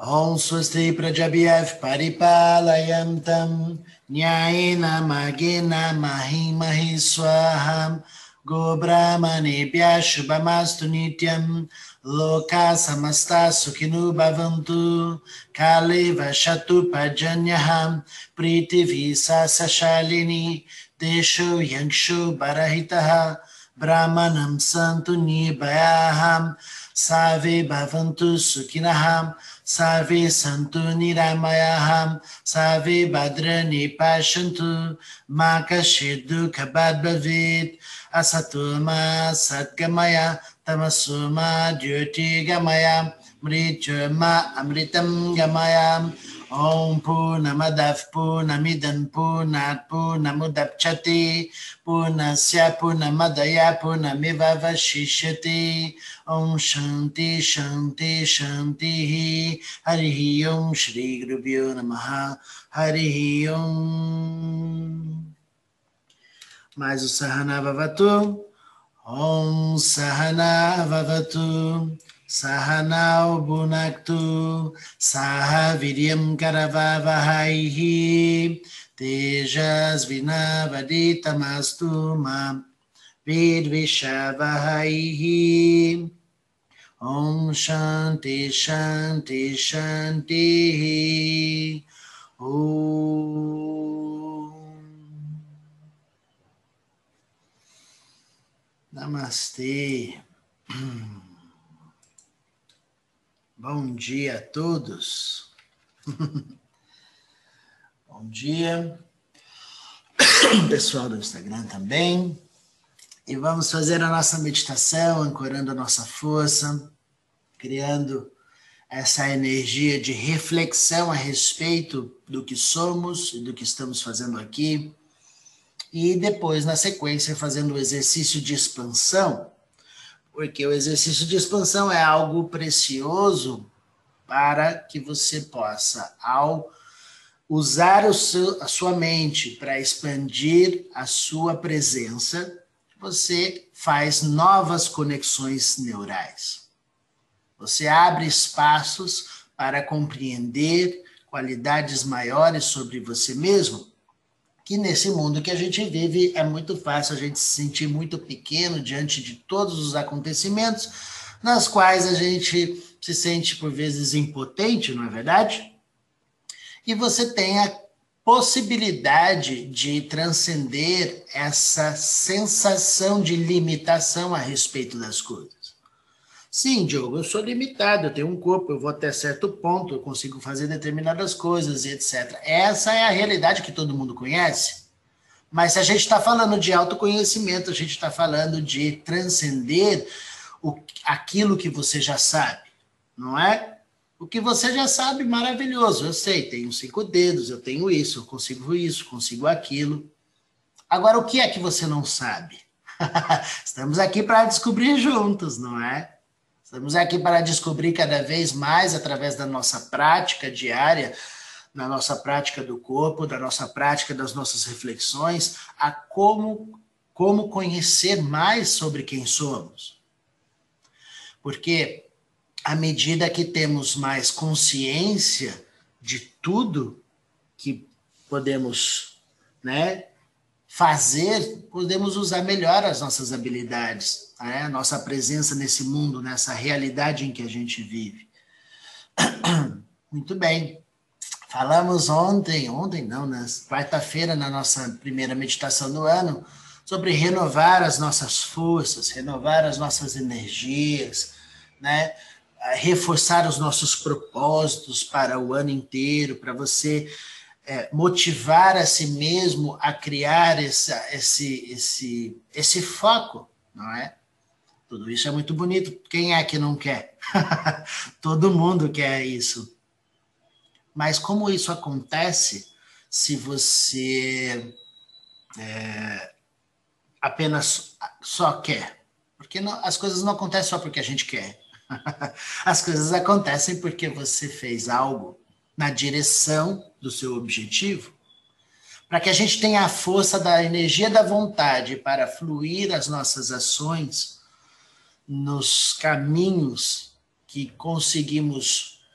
Om Swasti Prajabhyav Paripalayam Nyayena Magena Mahimahi Swaham Go Brahmanebhya Shubhamastu Nityam Loka Samasta Sukhinu Bhavantu Kale Vashatu Pajanyaham Priti Visa Sashalini Desho Yangshu Barahitaha Brahmanam Santu Nibhayaham Save Bhavantu Sukhinaham Save Santu Niramayaham Save Badrani Pashantu Makashidu Kabad Bhavit Asatuma Satgamaya Tamasuma Jyoti Gamaya Mrityama Amritam Gamaya Om Purnamadav Purnamidam Purnat Purnamudapchati Purnasya Purnamadaya Purnamiva Vashishyati Om Shanti Shanti Shanti Harihi Om Shri Gurubhyo Namaha Harihi Om. Mais o Sahana Vavatu. Om Sahana Vavatu. Sahanao Bhunaktu. Saha Viryam Karavavahaihi. Tejas Vinavaditamastu Ma Vidvishavahaihi. Om Shanti Shanti Shanti. Om. Namastê. Bom dia a todos. Bom dia. Pessoal do Instagram também. E vamos fazer a nossa meditação, ancorando a nossa força, criando essa energia de reflexão a respeito do que somos e do que estamos fazendo aqui. E depois, na sequência, fazendo o exercício de expansão, porque o exercício de expansão é algo precioso para que você possa, ao usar a sua mente para expandir a sua presença, você faz novas conexões neurais. Você abre espaços para compreender qualidades maiores sobre você mesmo, que nesse mundo que a gente vive é muito fácil a gente se sentir muito pequeno diante de todos os acontecimentos, nas quais a gente se sente por vezes impotente, não é verdade? E você tem a possibilidade de transcender essa sensação de limitação a respeito das coisas. Sim, Diogo, eu sou limitado, eu tenho um corpo, eu vou até certo ponto, eu consigo fazer determinadas coisas e etc. Essa é a realidade que todo mundo conhece. Mas se a gente está falando de autoconhecimento, a gente está falando de transcender aquilo que você já sabe, não é? O que você já sabe, maravilhoso, eu sei, tenho 5 dedos, eu tenho isso, consigo aquilo. Agora, o que é que você não sabe? Estamos aqui para descobrir juntos, não é? Estamos aqui para descobrir cada vez mais, através da nossa prática diária, da nossa prática do corpo, da nossa prática das nossas reflexões, a como conhecer mais sobre quem somos. Porque à medida que temos mais consciência de tudo que podemos, fazer, podemos usar melhor as nossas habilidades, a nossa presença nesse mundo, nessa realidade em que a gente vive. Muito bem. Falamos quarta-feira, na nossa primeira meditação do ano, sobre renovar as nossas forças, renovar as nossas energias, reforçar os nossos propósitos para o ano inteiro, para você motivar a si mesmo a criar esse foco, não é? Tudo isso é muito bonito. Quem é que não quer? Todo mundo quer isso. Mas como isso acontece se você apenas só quer? Porque as coisas não acontecem só porque a gente quer. As coisas acontecem porque você fez algo na direção do seu objetivo. Para que a gente tenha a força da energia da vontade para fluir as nossas ações nos caminhos que conseguimos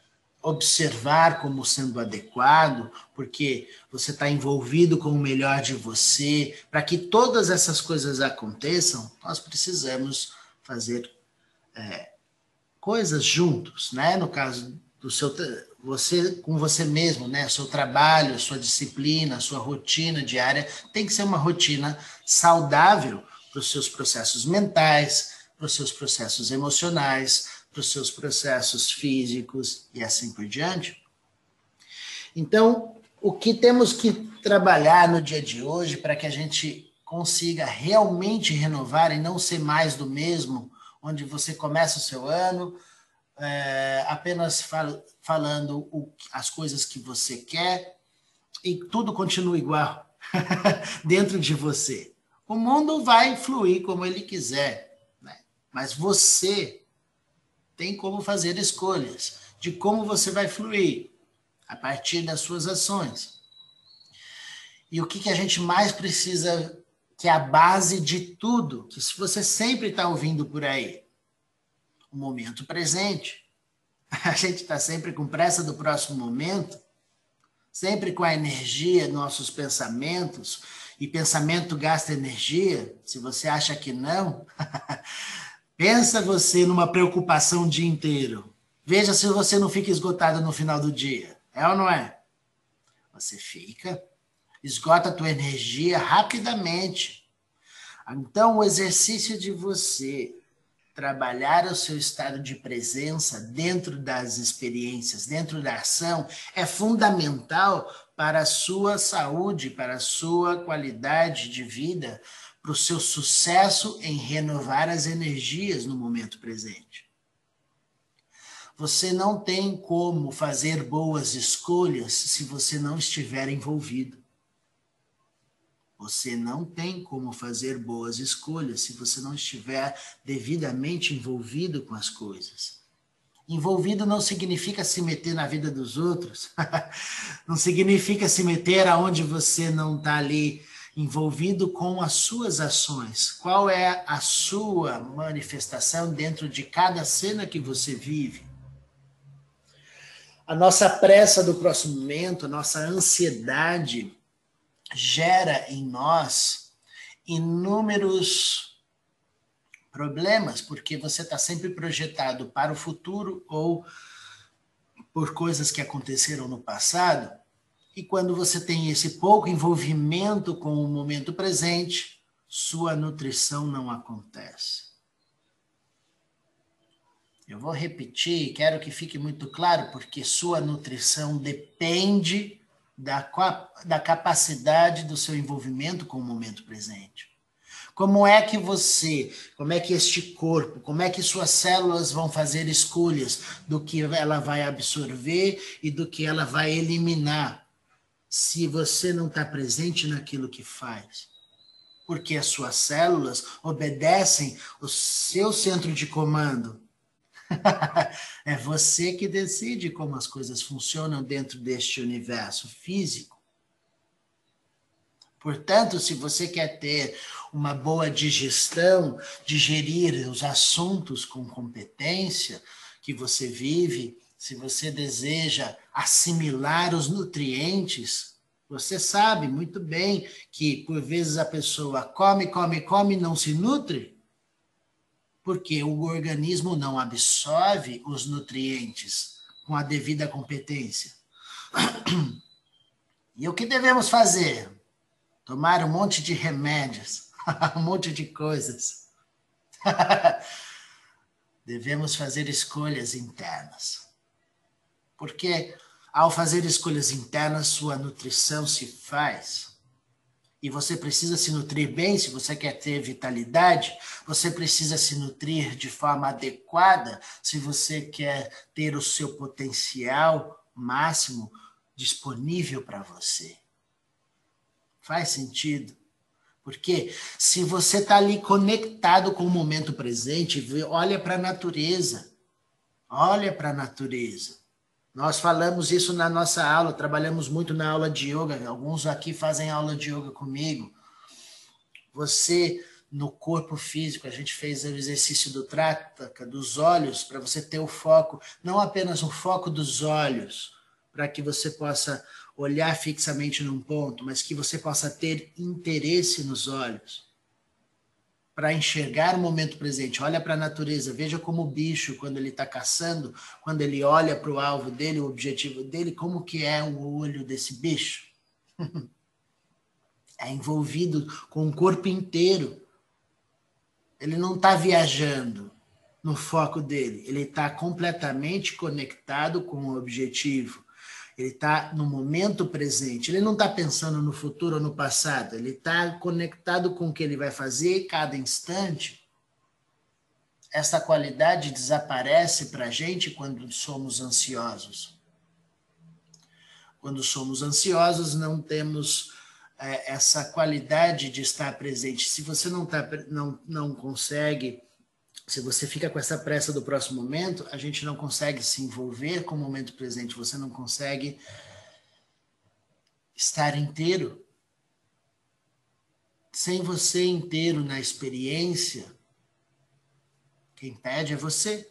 observar como sendo adequado, porque você está envolvido com o melhor de você. Para que todas essas coisas aconteçam, nós precisamos fazer coisas juntos, né? No caso do seu você com você mesmo, né? Seu trabalho, sua disciplina, sua rotina diária tem que ser uma rotina saudável para os seus processos mentais, para os seus processos emocionais, para os seus processos físicos e assim por diante. Então, o que temos que trabalhar no dia de hoje para que a gente consiga realmente renovar e não ser mais do mesmo, onde você começa o seu ano apenas falando as coisas que você quer e tudo continua igual dentro de você. O mundo vai fluir como ele quiser, né? Mas você tem como fazer escolhas de como você vai fluir a partir das suas ações. E o que a gente mais precisa, que é a base de tudo, que se você sempre está ouvindo por aí, o momento presente. A gente está sempre com pressa do próximo momento, sempre com a energia dos nossos pensamentos, e pensamento gasta energia. Se você acha que não, pensa você numa preocupação o dia inteiro. Veja se você não fica esgotado no final do dia. É ou não é? Você fica, esgota a tua energia rapidamente. Então, o exercício de você trabalhar o seu estado de presença dentro das experiências, dentro da ação, é fundamental para a sua saúde, para a sua qualidade de vida, para o seu sucesso em renovar as energias no momento presente. Você não tem como fazer boas escolhas se você não estiver envolvido. Você não tem como fazer boas escolhas se você não estiver devidamente envolvido com as coisas. Envolvido não significa se meter na vida dos outros, não significa se meter aonde você não está ali envolvido com as suas ações. Qual é a sua manifestação dentro de cada cena que você vive? A nossa pressa do próximo momento, a nossa ansiedade gera em nós inúmeros problemas, porque você está sempre projetado para o futuro ou por coisas que aconteceram no passado, e quando você tem esse pouco envolvimento com o momento presente, sua nutrição não acontece. Eu vou repetir, quero que fique muito claro, porque sua nutrição depende da capacidade do seu envolvimento com o momento presente. Como é que este corpo, como é que suas células vão fazer escolhas do que ela vai absorver e do que ela vai eliminar, se você não está presente naquilo que faz? Porque as suas células obedecem o seu centro de comando. É você que decide como as coisas funcionam dentro deste universo físico. Portanto, se você quer ter uma boa digestão, digerir os assuntos com competência que você vive, se você deseja assimilar os nutrientes, você sabe muito bem que, por vezes, a pessoa come, e não se nutre, porque o organismo não absorve os nutrientes com a devida competência. E o que devemos fazer? Tomar um monte de remédios, um monte de coisas. Devemos fazer escolhas internas. Porque ao fazer escolhas internas, sua nutrição se faz. E você precisa se nutrir bem, se você quer ter vitalidade, você precisa se nutrir de forma adequada, se você quer ter o seu potencial máximo disponível para você. Faz sentido? Porque se você está ali conectado com o momento presente, olha para a natureza. Olha para a natureza. Nós falamos isso na nossa aula, trabalhamos muito na aula de yoga. Alguns aqui fazem aula de yoga comigo. Você no corpo físico, a gente fez o exercício do Trataka, dos olhos, para você ter o foco, não apenas o foco dos olhos, para que você possa olhar fixamente num ponto, mas que você possa ter interesse nos olhos, para enxergar o momento presente. Olha para a natureza, veja como o bicho, quando ele está caçando, quando ele olha para o alvo dele, o objetivo dele, como que é o olho desse bicho. É envolvido com o corpo inteiro. Ele não está viajando no foco dele, ele está completamente conectado com o objetivo. Ele está no momento presente, ele não está pensando no futuro ou no passado, ele está conectado com o que ele vai fazer cada instante. Essa qualidade desaparece para a gente quando somos ansiosos. Quando somos ansiosos, não temos essa qualidade de estar presente. Se você não consegue, se você fica com essa pressa do próximo momento, a gente não consegue se envolver com o momento presente, você não consegue estar inteiro. Sem você inteiro na experiência, quem pede é você.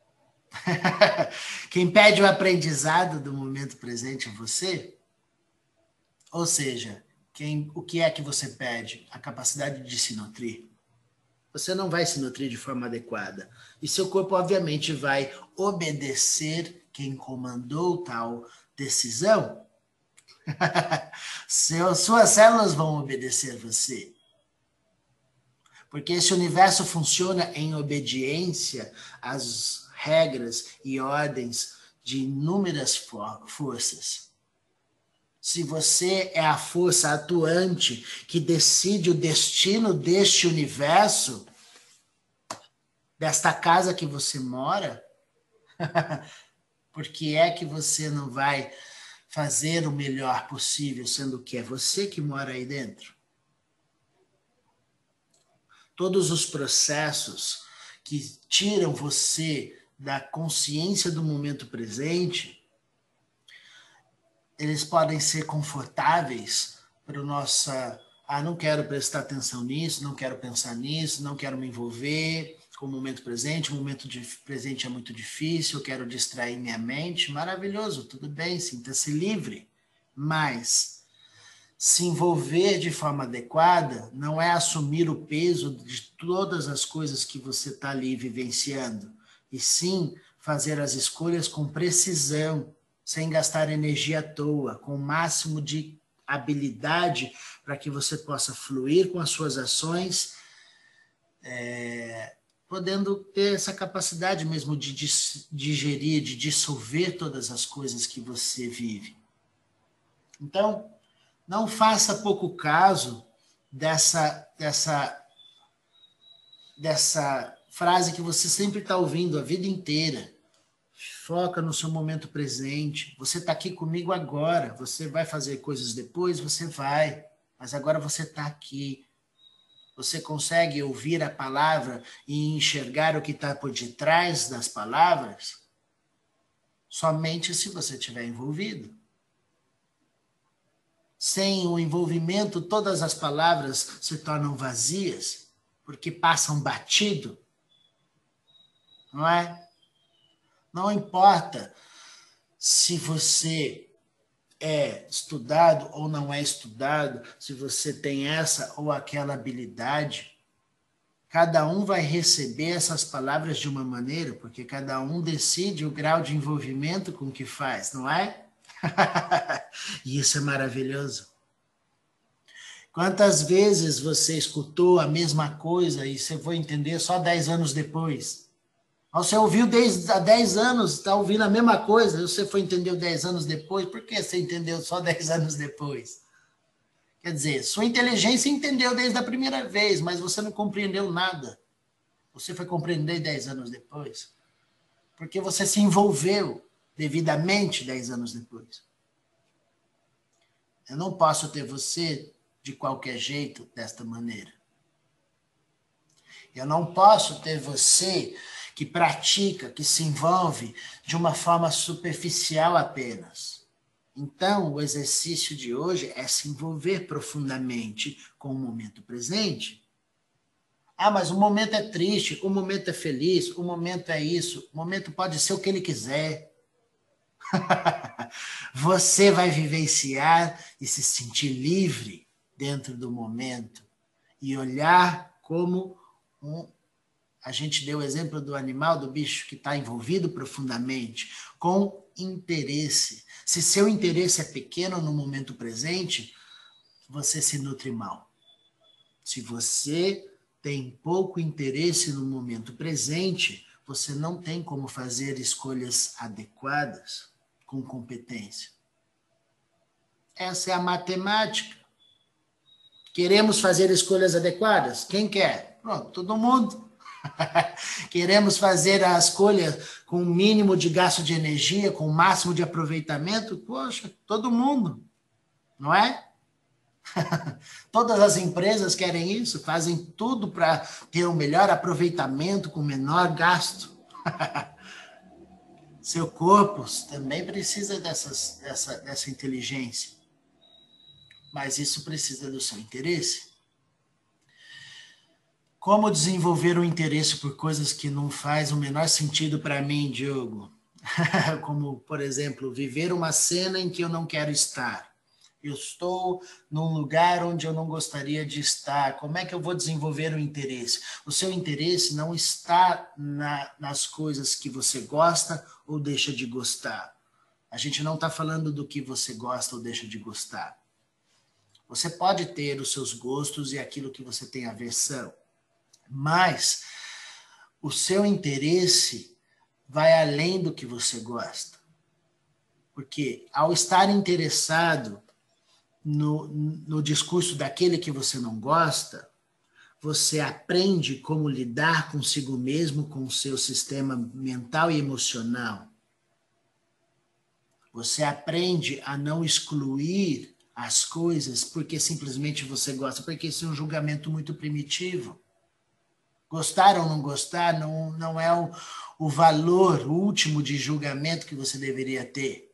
Quem pede o aprendizado do momento presente é você. Ou seja, o que é que você pede? A capacidade de se nutrir. Você não vai se nutrir de forma adequada. E seu corpo, obviamente, vai obedecer quem comandou tal decisão. Suas células vão obedecer você. Porque esse universo funciona em obediência às regras e ordens de inúmeras forças. Se você é a força atuante que decide o destino deste universo, desta casa que você mora, por que é que você não vai fazer o melhor possível, sendo que é você que mora aí dentro? Todos os processos que tiram você da consciência do momento presente, eles podem ser confortáveis para o nosso... não quero prestar atenção nisso, não quero pensar nisso, não quero me envolver com o momento presente presente é muito difícil, eu quero distrair minha mente. Maravilhoso, tudo bem, sinta-se livre. Mas se envolver de forma adequada não é assumir o peso de todas as coisas que você está ali vivenciando, e sim fazer as escolhas com precisão, sem gastar energia à toa, com o máximo de habilidade para que você possa fluir com as suas ações, podendo ter essa capacidade mesmo de digerir, de dissolver todas as coisas que você vive. Então, não faça pouco caso dessa frase que você sempre está ouvindo a vida inteira. Foca no seu momento presente. Você está aqui comigo agora. Você vai fazer coisas depois? Você vai. Mas agora você está aqui. Você consegue ouvir a palavra e enxergar o que está por detrás das palavras? Somente se você estiver envolvido. Sem o envolvimento, todas as palavras se tornam vazias, porque passam batido. Não é? Não importa se você é estudado ou não é estudado, se você tem essa ou aquela habilidade, cada um vai receber essas palavras de uma maneira, porque cada um decide o grau de envolvimento com que faz, não é? E isso é maravilhoso. Quantas vezes você escutou a mesma coisa e você foi entender só 10 anos depois? Você ouviu há 10 anos, está ouvindo a mesma coisa, você foi entender 10 anos depois, por que você entendeu só 10 anos depois? Quer dizer, sua inteligência entendeu desde a primeira vez, mas você não compreendeu nada. Você foi compreender 10 anos depois, porque você se envolveu devidamente 10 anos depois. Eu não posso ter você de qualquer jeito desta maneira. Eu não posso ter você que pratica, que se envolve de uma forma superficial apenas. Então, o exercício de hoje é se envolver profundamente com o momento presente. Ah, mas o momento é triste, o momento é feliz, o momento é isso, o momento pode ser o que ele quiser. Você vai vivenciar e se sentir livre dentro do momento e olhar como a gente deu o exemplo do animal, do bicho que está envolvido profundamente, com interesse. Se seu interesse é pequeno no momento presente, você se nutre mal. Se você tem pouco interesse no momento presente, você não tem como fazer escolhas adequadas com competência. Essa é a matemática. Queremos fazer escolhas adequadas? Quem quer? Pronto, todo mundo. Queremos fazer a escolha com o mínimo de gasto de energia, com o máximo de aproveitamento? Poxa, todo mundo, não é? Todas as empresas querem isso, fazem tudo para ter o melhor aproveitamento com o menor gasto. Seu corpo também precisa dessa inteligência, mas isso precisa do seu interesse. Como desenvolver o interesse por coisas que não faz o menor sentido para mim, Diogo? Como, por exemplo, viver uma cena em que eu não quero estar. Eu estou num lugar onde eu não gostaria de estar. Como é que eu vou desenvolver o interesse? O seu interesse não está nas coisas que você gosta ou deixa de gostar. A gente não está falando do que você gosta ou deixa de gostar. Você pode ter os seus gostos e aquilo que você tem aversão, mas o seu interesse vai além do que você gosta. Porque ao estar interessado no discurso daquele que você não gosta, você aprende como lidar consigo mesmo, com o seu sistema mental e emocional. Você aprende a não excluir as coisas porque simplesmente você gosta, porque esse é um julgamento muito primitivo. Gostar ou não gostar não é o valor último de julgamento que você deveria ter.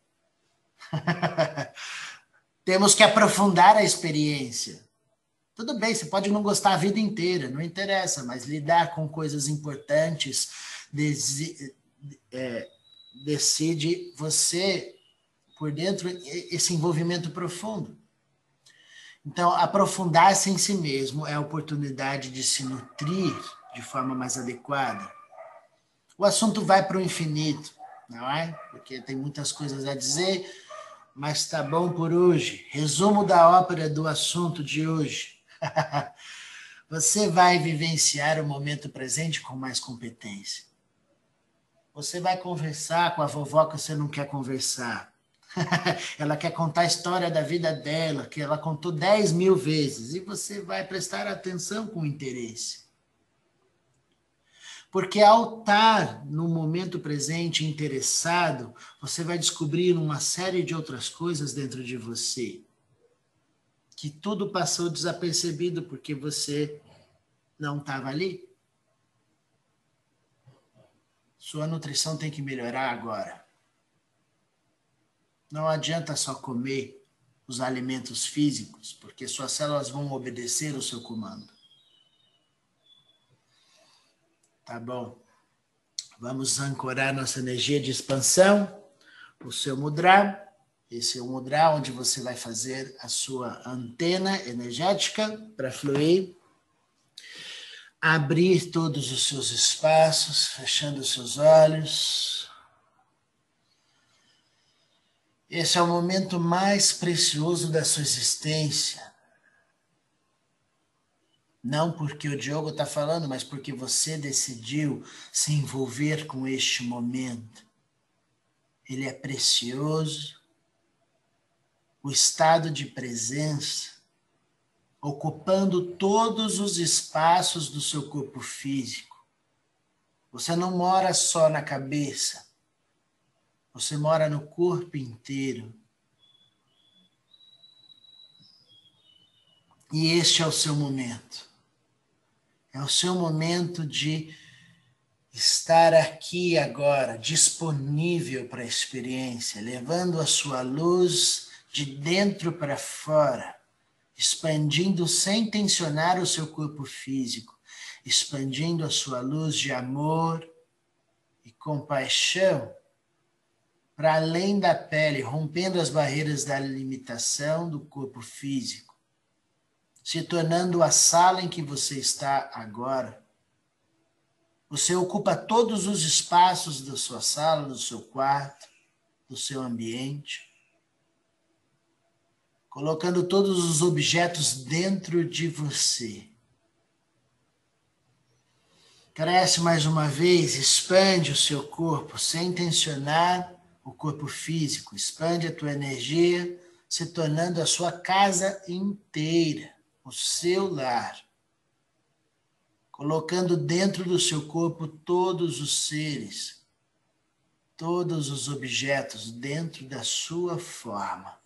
Temos que aprofundar a experiência. Tudo bem, você pode não gostar a vida inteira, não interessa, mas lidar com coisas importantes decide você, por dentro, esse envolvimento profundo. Então, aprofundar-se em si mesmo é a oportunidade de se nutrir de forma mais adequada. O assunto vai para o infinito, não é? Porque tem muitas coisas a dizer, mas tá bom por hoje. Resumo da ópera do assunto de hoje. Você vai vivenciar o momento presente com mais competência. Você vai conversar com a vovó que você não quer conversar. Ela quer contar a história da vida dela, que ela contou 10.000 vezes, e você vai prestar atenção com interesse. Porque ao estar no momento presente interessado, você vai descobrir uma série de outras coisas dentro de você, que tudo passou desapercebido porque você não estava ali. Sua nutrição tem que melhorar agora. Não adianta só comer os alimentos físicos, porque suas células vão obedecer o seu comando. Tá bom? Vamos ancorar nossa energia de expansão, o seu mudra. Esse é o mudra onde você vai fazer a sua antena energética para fluir. Abrir todos os seus espaços, fechando os seus olhos. Esse é o momento mais precioso da sua existência. Não porque o Diogo está falando, mas porque você decidiu se envolver com este momento. Ele é precioso. O estado de presença, ocupando todos os espaços do seu corpo físico. Você não mora só na cabeça. Você mora no corpo inteiro. E este é o seu momento. É o seu momento de estar aqui agora, disponível para a experiência, levando a sua luz de dentro para fora, expandindo sem tensionar o seu corpo físico, expandindo a sua luz de amor e compaixão para além da pele, rompendo as barreiras da limitação do corpo físico, se tornando a sala em que você está agora. Você ocupa todos os espaços da sua sala, do seu quarto, do seu ambiente, colocando todos os objetos dentro de você. Cresce mais uma vez, expande o seu corpo, sem tensionar o corpo físico. Expande a tua energia, se tornando a sua casa inteira, o seu lar. Colocando dentro do seu corpo todos os seres, todos os objetos dentro da sua forma.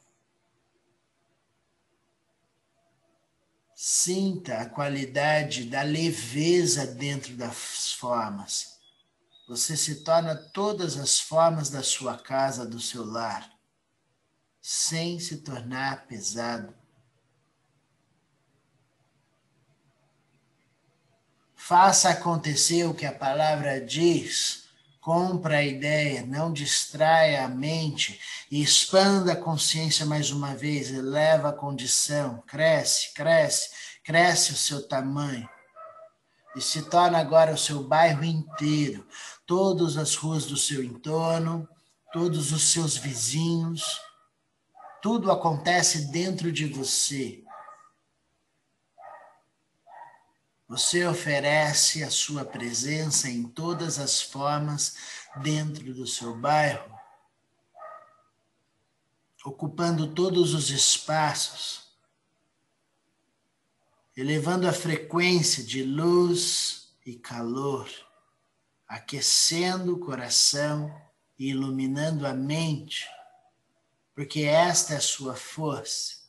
Sinta a qualidade da leveza dentro das formas. Você se torna todas as formas da sua casa, do seu lar, sem se tornar pesado. Faça acontecer o que a palavra diz. Compra a ideia, não distraia a mente e expanda a consciência mais uma vez, eleva a condição, cresce, cresce, cresce o seu tamanho e se torna agora o seu bairro inteiro, todas as ruas do seu entorno, todos os seus vizinhos, tudo acontece dentro de você. Você oferece a sua presença em todas as formas dentro do seu bairro, ocupando todos os espaços, elevando a frequência de luz e calor, aquecendo o coração e iluminando a mente, porque esta é a sua força.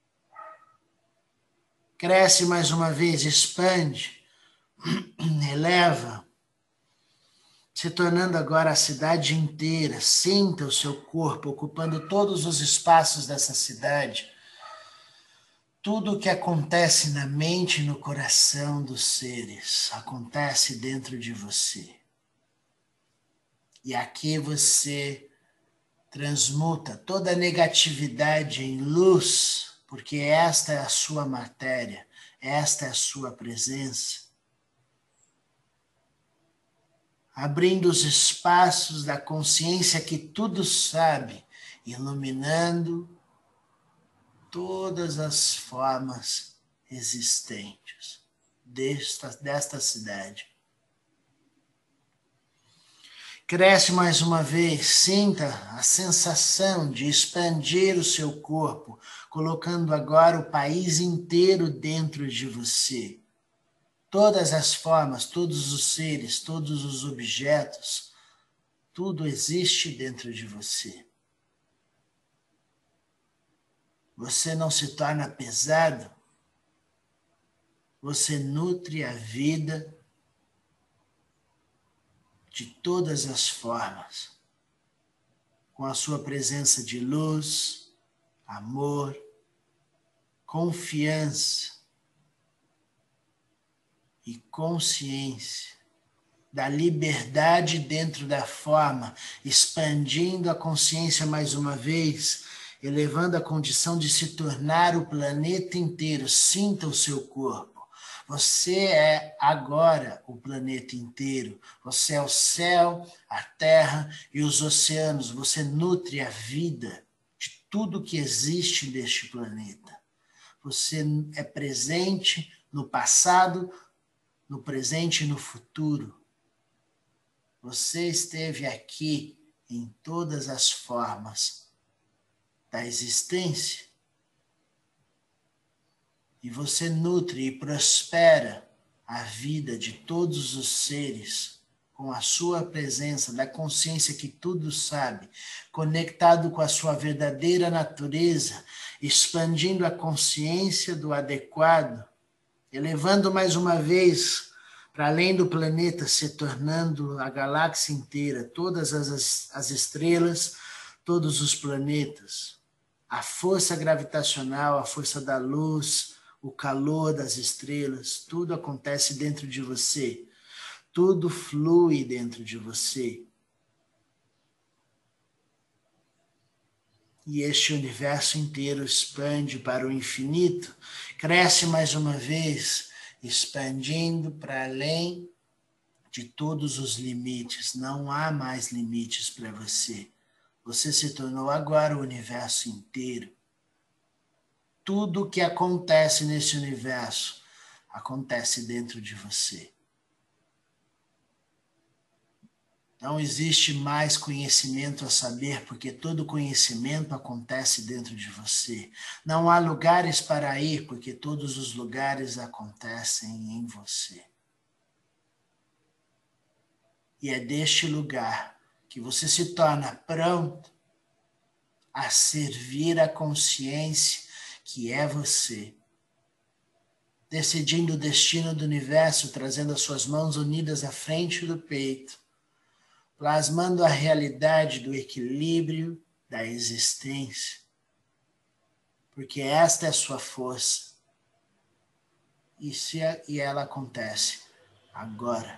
Cresce mais uma vez, expande, eleva, se tornando agora a cidade inteira. Sinta o seu corpo ocupando todos os espaços dessa cidade. Tudo o que acontece na mente e no coração dos seres acontece dentro de você. E aqui você transmuta toda a negatividade em luz, porque esta é a sua matéria, esta é a sua presença. Abrindo os espaços da consciência que tudo sabe, iluminando todas as formas existentes desta cidade. Cresce mais uma vez, sinta a sensação de expandir o seu corpo, colocando agora o país inteiro dentro de você. Todas as formas, todos os seres, todos os objetos, tudo existe dentro de você. Você não se torna pesado, você nutre a vida de todas as formas, com a sua presença de luz, amor, confiança e consciência da liberdade dentro da forma, expandindo a consciência mais uma vez, elevando a condição de se tornar o planeta inteiro. Sinta o seu corpo. Você é agora o planeta inteiro. Você é o céu, a terra e os oceanos. Você nutre a vida de tudo que existe neste planeta. Você é presente no passado, no presente e no futuro. Você esteve aqui em todas as formas da existência. E você nutre e prospera a vida de todos os seres com a sua presença, da consciência que tudo sabe, conectado com a sua verdadeira natureza, expandindo a consciência do adequado, elevando mais uma vez para além do planeta, se tornando a galáxia inteira, todas as estrelas, todos os planetas, a força gravitacional, a força da luz, o calor das estrelas, tudo acontece dentro de você. Tudo flui dentro de você. E este universo inteiro expande para o infinito, cresce mais uma vez, expandindo para além de todos os limites. Não há mais limites para você. Você se tornou agora o universo inteiro. Tudo o que acontece nesse universo acontece dentro de você. Não existe mais conhecimento a saber, porque todo conhecimento acontece dentro de você. Não há lugares para ir, porque todos os lugares acontecem em você. E é deste lugar que você se torna pronto a servir a consciência que é você. Decidindo o destino do universo, trazendo as suas mãos unidas à frente do peito. Plasmando a realidade do equilíbrio da existência. Porque esta é a sua força. E ela acontece agora.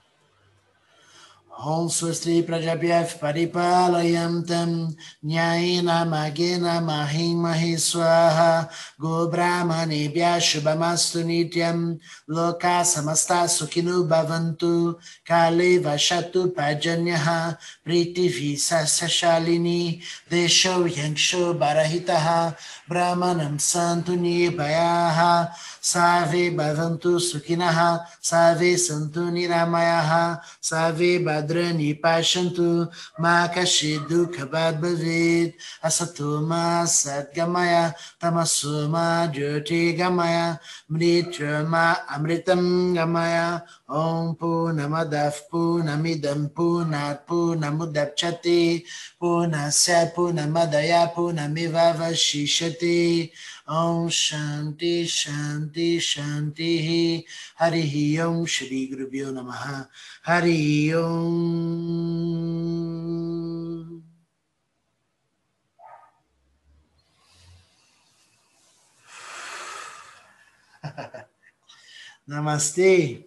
Om Swasti Prajabhyaf Paripalayam Tam Nyayena Magena Mahim Mahi Swaha Go Brahmanebhya Shubhamastu Nityam Loka Samasta Sukhino Bhavantu Kale Vashatu Pajanyaha Pritivi Sasashalini Desho Yanksho Barahitaha Brahmanam Santu Nirbayaha Save Bhavantu Sukhinaha Save Santu Niramayaha Save Badrani Pashantu Makashidu Kabad Bhavid Asatoma Satgamaya Tamasoma Jyoti Gamaya Mritrama Amritam Gamaya Om Purnamadav Purnamidam Purnat Purnamudapchati Purnasya Purnamadaya Purnamivavashishati Om Shanti Shanti Shanti Harihi Om Shri Gurubhyo Namaha Hari Om. Namastê.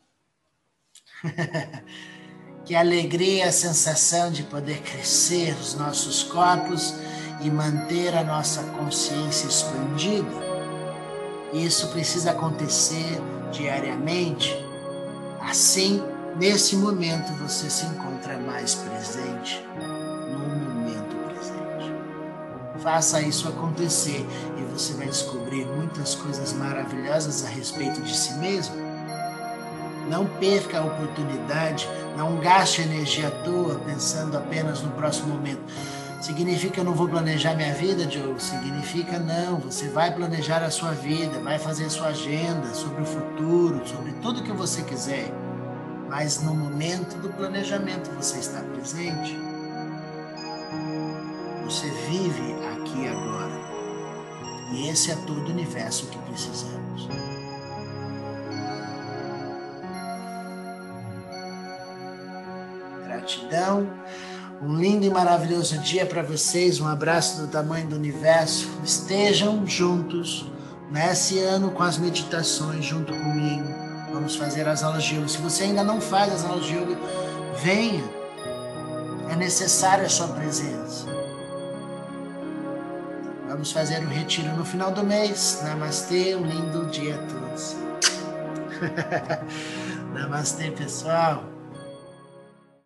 Que alegria a sensação de poder crescer os nossos corpos e manter a nossa consciência expandida. Isso precisa acontecer diariamente. Assim, nesse momento, você se encontra mais presente, no momento presente. Faça isso acontecer e você vai descobrir muitas coisas maravilhosas a respeito de si mesmo. Não perca a oportunidade, não gaste energia à toa pensando apenas no próximo momento. Significa que eu não vou planejar minha vida, Joe? Significa não, você vai planejar a sua vida, vai fazer a sua agenda sobre o futuro, sobre tudo que você quiser. Mas no momento do planejamento você está presente. Você vive aqui e agora. E esse é todo o universo que precisamos. Gratidão. Um lindo e maravilhoso dia para vocês, um abraço do tamanho do universo. Estejam juntos nesse ano com as meditações junto comigo. Vamos fazer as aulas de yoga. Se você ainda não faz as aulas de yoga, venha. É necessária a sua presença. Vamos fazer o retiro no final do mês. Namastê, um lindo dia a todos. Namastê, pessoal.